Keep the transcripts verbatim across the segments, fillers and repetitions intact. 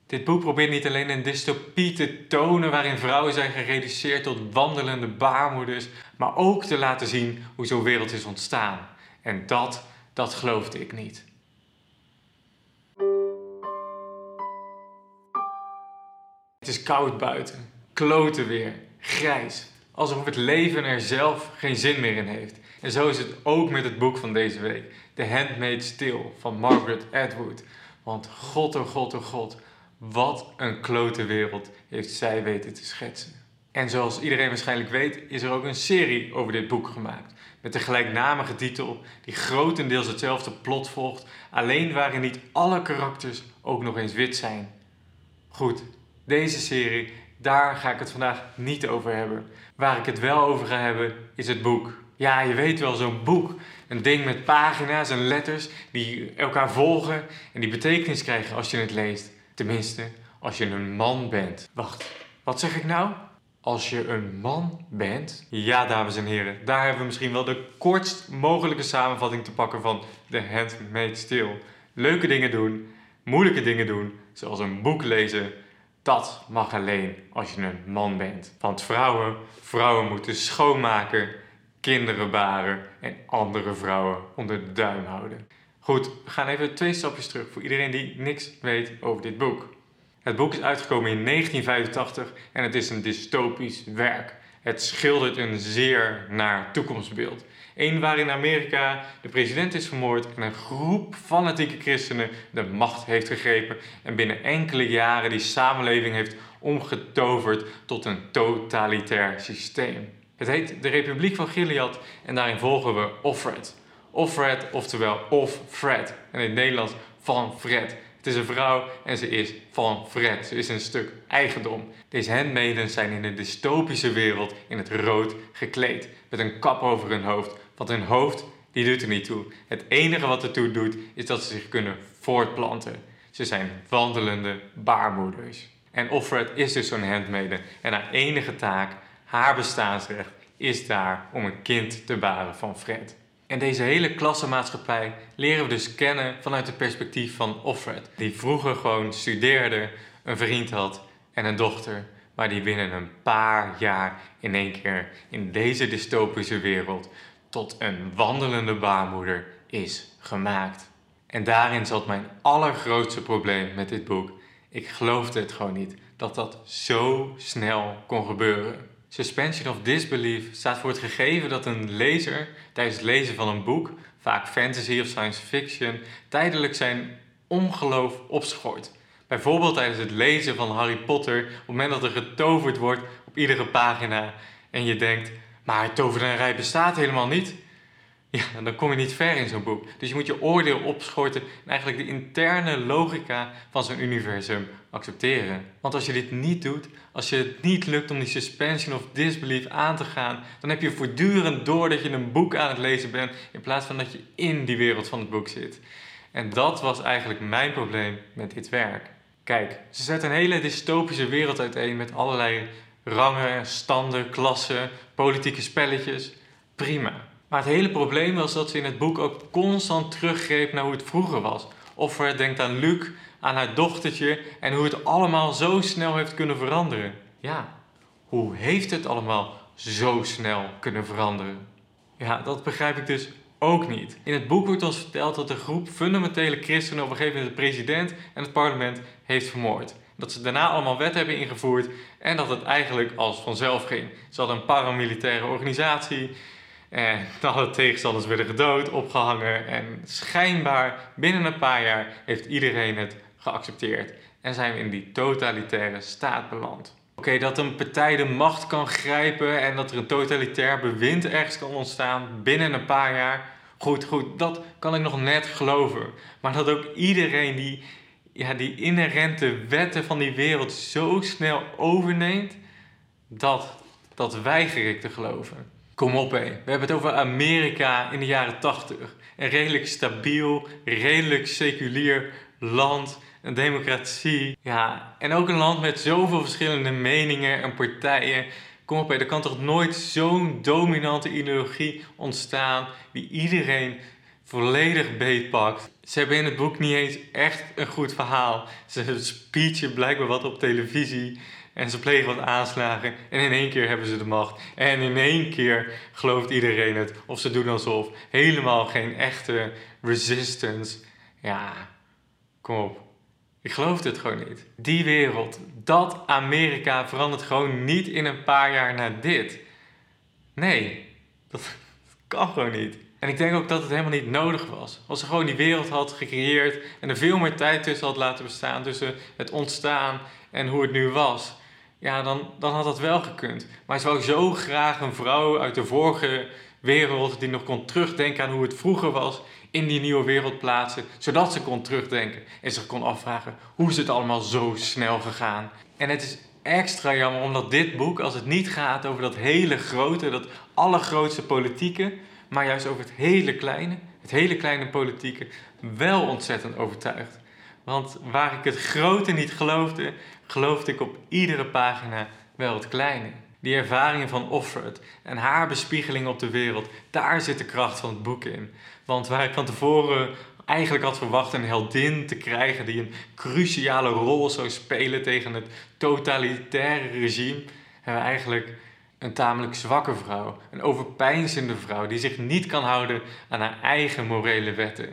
Dit boek probeert niet alleen een dystopie te tonen waarin vrouwen zijn gereduceerd tot wandelende baarmoeders, maar ook te laten zien hoe zo'n wereld is ontstaan. En dat, dat geloofde ik niet. Het is koud buiten, klote weer, grijs, alsof het leven er zelf geen zin meer in heeft. En zo is het ook met het boek van deze week, The Handmaid's Tale van Margaret Atwood. Want god, oh god, oh god, wat een klote wereld heeft zij weten te schetsen. En zoals iedereen waarschijnlijk weet, is er ook een serie over dit boek gemaakt. Met de gelijknamige titel, die grotendeels hetzelfde plot volgt, alleen waarin niet alle karakters ook nog eens wit zijn. Goed, deze serie, daar ga ik het vandaag niet over hebben. Waar ik het wel over ga hebben, is het boek. Ja, je weet wel, zo'n boek. Een ding met pagina's en letters die elkaar volgen en die betekenis krijgen als je het leest. Tenminste, als je een man bent. Wacht, wat zeg ik nou? Als je een man bent? Ja, dames en heren, daar hebben we misschien wel de kortst mogelijke samenvatting te pakken van The Handmaid's Tale. Leuke dingen doen, moeilijke dingen doen, zoals een boek lezen. Dat mag alleen als je een man bent. Want vrouwen, vrouwen moeten schoonmaken, kinderen baren en andere vrouwen onder de duim houden. Goed, we gaan even twee stapjes terug voor iedereen die niks weet over dit boek. Het boek is uitgekomen in negentien vijfentachtig en het is een dystopisch werk. Het schildert een zeer naar toekomstbeeld. Eén waarin Amerika de president is vermoord en een groep fanatieke christenen de macht heeft gegrepen en binnen enkele jaren die samenleving heeft omgetoverd tot een totalitair systeem. Het heet de Republiek van Gilead en daarin volgen we Offred. Offred, oftewel of Fred. En in het Nederlands van Fred. Het is een vrouw en ze is van Fred. Ze is een stuk eigendom. Deze handmaidens zijn in een dystopische wereld in het rood gekleed. Met een kap over hun hoofd. Want hun hoofd, die doet er niet toe. Het enige wat ertoe doet, is dat ze zich kunnen voortplanten. Ze zijn wandelende baarmoeders. En Offred is dus zo'n handmaiden. En haar enige taak, haar bestaansrecht, is daar om een kind te baren van Fred. En deze hele klassenmaatschappij leren we dus kennen vanuit het perspectief van Offred. Die vroeger gewoon studeerde, een vriend had en een dochter. Maar die binnen een paar jaar in één keer in deze dystopische wereld tot een wandelende baarmoeder is gemaakt. En daarin zat mijn allergrootste probleem met dit boek. Ik geloofde het gewoon niet dat dat zo snel kon gebeuren. Suspension of disbelief staat voor het gegeven dat een lezer tijdens het lezen van een boek, vaak fantasy of science fiction, tijdelijk zijn ongeloof opschort. Bijvoorbeeld tijdens het lezen van Harry Potter, op het moment dat er getoverd wordt op iedere pagina en je denkt, maar tovenarij bestaat helemaal niet. Ja, dan kom je niet ver in zo'n boek. Dus je moet je oordeel opschorten en eigenlijk de interne logica van zo'n universum accepteren. Want als je dit niet doet, als je het niet lukt om die suspension of disbelief aan te gaan, dan heb je voortdurend door dat je een boek aan het lezen bent in plaats van dat je in die wereld van het boek zit. En dat was eigenlijk mijn probleem met dit werk. Kijk, ze zetten een hele dystopische wereld uiteen met allerlei rangen, standen, klassen, politieke spelletjes. Prima. Maar het hele probleem was dat ze in het boek ook constant teruggreep naar hoe het vroeger was. Offred denkt aan Luc, aan haar dochtertje en hoe het allemaal zo snel heeft kunnen veranderen. Ja, hoe heeft het allemaal zo snel kunnen veranderen? Ja, dat begrijp ik dus ook niet. In het boek wordt ons verteld dat een groep fundamentele christenen op een gegeven moment de president en het parlement heeft vermoord. Dat ze daarna allemaal wetten hebben ingevoerd en dat het eigenlijk als vanzelf ging. Ze hadden een paramilitaire organisatie. En alle tegenstanders werden gedood, opgehangen en schijnbaar binnen een paar jaar heeft iedereen het geaccepteerd. En zijn we in die totalitaire staat beland. Oké, okay, dat een partij de macht kan grijpen en dat er een totalitair bewind ergens kan ontstaan binnen een paar jaar. Goed, goed, dat kan ik nog net geloven. Maar dat ook iedereen die, ja, die inherente wetten van die wereld zo snel overneemt, dat, dat weiger ik te geloven. Kom op hé, we hebben het over Amerika in de jaren tachtig. Een redelijk stabiel, redelijk seculier land, een democratie. Ja, en ook een land met zoveel verschillende meningen en partijen. Kom op hé, er kan toch nooit zo'n dominante ideologie ontstaan die iedereen volledig beetpakt. Ze hebben in het boek niet eens echt een goed verhaal. Ze speechen blijkbaar wat op televisie en ze plegen wat aanslagen en in één keer hebben ze de macht. En in één keer gelooft iedereen het of ze doen alsof. Helemaal geen echte resistance. Ja, kom op. Ik geloof het gewoon niet. Die wereld, dat Amerika verandert gewoon niet in een paar jaar na dit. Nee, dat kan gewoon niet. En ik denk ook dat het helemaal niet nodig was. Als ze gewoon die wereld had gecreëerd en er veel meer tijd tussen had laten bestaan, tussen het ontstaan en hoe het nu was, ja, dan, dan had dat wel gekund. Maar ze wou zo graag een vrouw uit de vorige wereld die nog kon terugdenken aan hoe het vroeger was, in die nieuwe wereld plaatsen, zodat ze kon terugdenken en zich kon afvragen hoe is het allemaal zo snel gegaan. En het is extra jammer omdat dit boek, als het niet gaat over dat hele grote, dat allergrootste politieke, maar juist over het hele kleine, het hele kleine politieke, wel ontzettend overtuigt. Want waar ik het grote niet geloofde, geloofde ik op iedere pagina wel het kleine. Die ervaringen van Offred en haar bespiegeling op de wereld, daar zit de kracht van het boek in. Want waar ik van tevoren eigenlijk had verwacht een heldin te krijgen die een cruciale rol zou spelen tegen het totalitaire regime, hebben we eigenlijk een tamelijk zwakke vrouw, een overpeinzende vrouw die zich niet kan houden aan haar eigen morele wetten.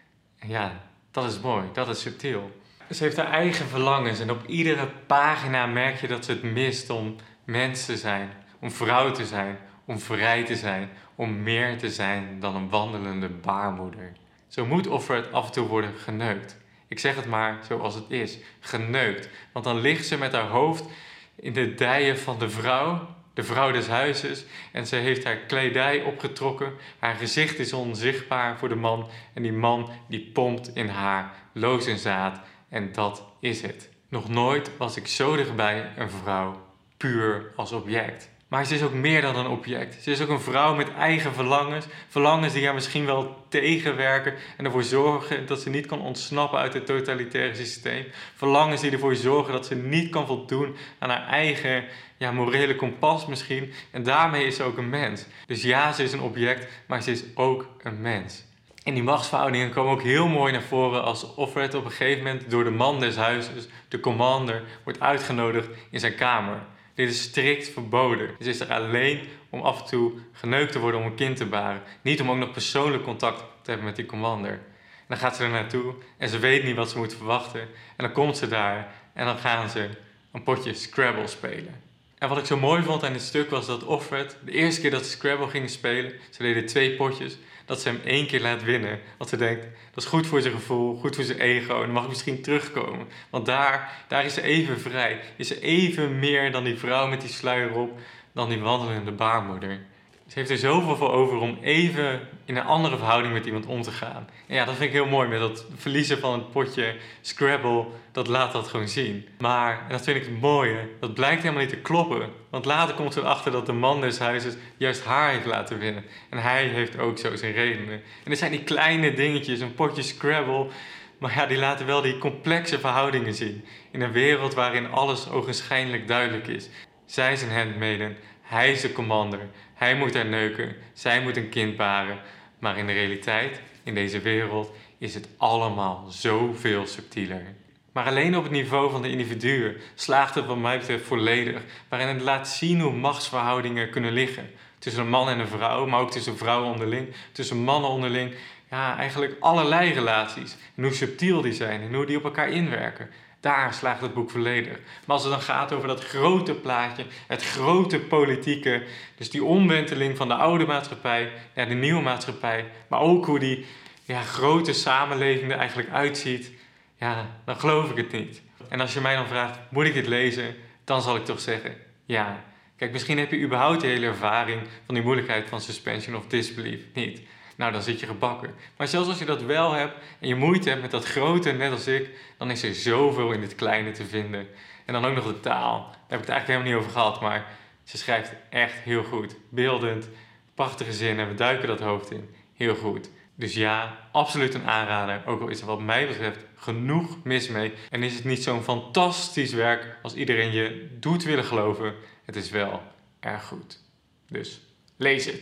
En ja, dat is mooi, dat is subtiel. Ze heeft haar eigen verlangens en op iedere pagina merk je dat ze het mist om mens te zijn, om vrouw te zijn, om vrij te zijn, om meer te zijn dan een wandelende baarmoeder. Zo moet Offred af en toe worden geneukt. Ik zeg het maar zoals het is, geneukt. Want dan ligt ze met haar hoofd in de dijen van de vrouw, de vrouw des huizes, en ze heeft haar kledij opgetrokken. Haar gezicht is onzichtbaar voor de man en die man die pompt in haar loos en zaad. En dat is het. Nog nooit was ik zo dichtbij een vrouw, puur als object. Maar ze is ook meer dan een object. Ze is ook een vrouw met eigen verlangens. Verlangens die haar misschien wel tegenwerken en ervoor zorgen dat ze niet kan ontsnappen uit het totalitaire systeem. Verlangens die ervoor zorgen dat ze niet kan voldoen aan haar eigen ja, morele kompas misschien. En daarmee is ze ook een mens. Dus ja, ze is een object, maar ze is ook een mens. En die machtsverhoudingen komen ook heel mooi naar voren als Offred op een gegeven moment door de man des huizes, de commander, wordt uitgenodigd in zijn kamer. Dit is strikt verboden. Ze is er alleen om af en toe geneukt te worden om een kind te baren. Niet om ook nog persoonlijk contact te hebben met die commander. En dan gaat ze er naartoe en ze weet niet wat ze moet verwachten. En dan komt ze daar en dan gaan ze een potje Scrabble spelen. En wat ik zo mooi vond aan dit stuk was dat Offred, de eerste keer dat ze Scrabble gingen spelen, ze deden twee potjes, dat ze hem één keer laat winnen. Want ze denkt, dat is goed voor zijn gevoel, goed voor zijn ego en dan mag ik misschien terugkomen. Want daar, daar is ze even vrij, is ze even meer dan die vrouw met die sluier op, dan die wandelende baarmoeder. Ze heeft er zoveel voor over om even in een andere verhouding met iemand om te gaan. En ja, dat vind ik heel mooi met dat verliezen van het potje Scrabble. Dat laat dat gewoon zien. Maar, en dat vind ik het mooie, dat blijkt helemaal niet te kloppen. Want later komt ze erachter dat de man des huizes juist haar heeft laten winnen. En hij heeft ook zo zijn redenen. En er zijn die kleine dingetjes, een potje Scrabble. Maar ja, die laten wel die complexe verhoudingen zien. In een wereld waarin alles ogenschijnlijk duidelijk is. Zij is een handmaiden. Hij is de commander. Hij moet haar neuken. Zij moet een kind baren. Maar in de realiteit, in deze wereld, is het allemaal zoveel subtieler. Maar alleen op het niveau van de individuen slaagt het wat mij betreft volledig. Waarin het laat zien hoe machtsverhoudingen kunnen liggen. Tussen een man en een vrouw, maar ook tussen vrouwen onderling. Tussen mannen onderling. Ja, eigenlijk allerlei relaties. En hoe subtiel die zijn en hoe die op elkaar inwerken. Daar slaagt het boek volledig. Maar als het dan gaat over dat grote plaatje, het grote politieke, dus die omwenteling van de oude maatschappij naar de nieuwe maatschappij, maar ook hoe die ja, grote samenleving er eigenlijk uitziet, ja, dan geloof ik het niet. En als je mij dan vraagt, moet ik dit lezen? Dan zal ik toch zeggen, ja. Kijk, misschien heb je überhaupt de hele ervaring van die moeilijkheid van suspension of disbelief niet. Nou, dan zit je gebakken. Maar zelfs als je dat wel hebt en je moeite hebt met dat grote, net als ik, dan is er zoveel in dit kleine te vinden. En dan ook nog de taal. Daar heb ik het eigenlijk helemaal niet over gehad, maar ze schrijft echt heel goed. Beeldend, prachtige zinnen, we duiken dat hoofd in. Heel goed. Dus ja, absoluut een aanrader. Ook al is er wat mij betreft genoeg mis mee. En is het niet zo'n fantastisch werk als iedereen je doet willen geloven. Het is wel erg goed. Dus lees het.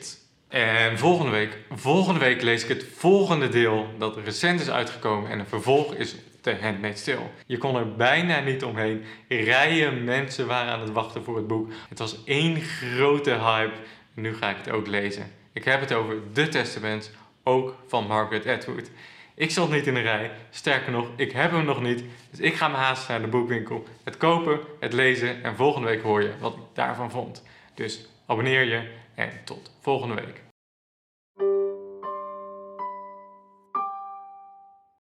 En volgende week, volgende week lees ik het volgende deel dat recent is uitgekomen en een vervolg is op The Handmaid's Tale. Je kon er bijna niet omheen. Rijen mensen waren aan het wachten voor het boek. Het was één grote hype. Nu ga ik het ook lezen. Ik heb het over The Testament, ook van Margaret Atwood. Ik zat niet in de rij. Sterker nog, ik heb hem nog niet. Dus ik ga me haasten naar de boekwinkel. Het kopen, het lezen en volgende week hoor je wat ik daarvan vond. Dus abonneer je en tot volgende week.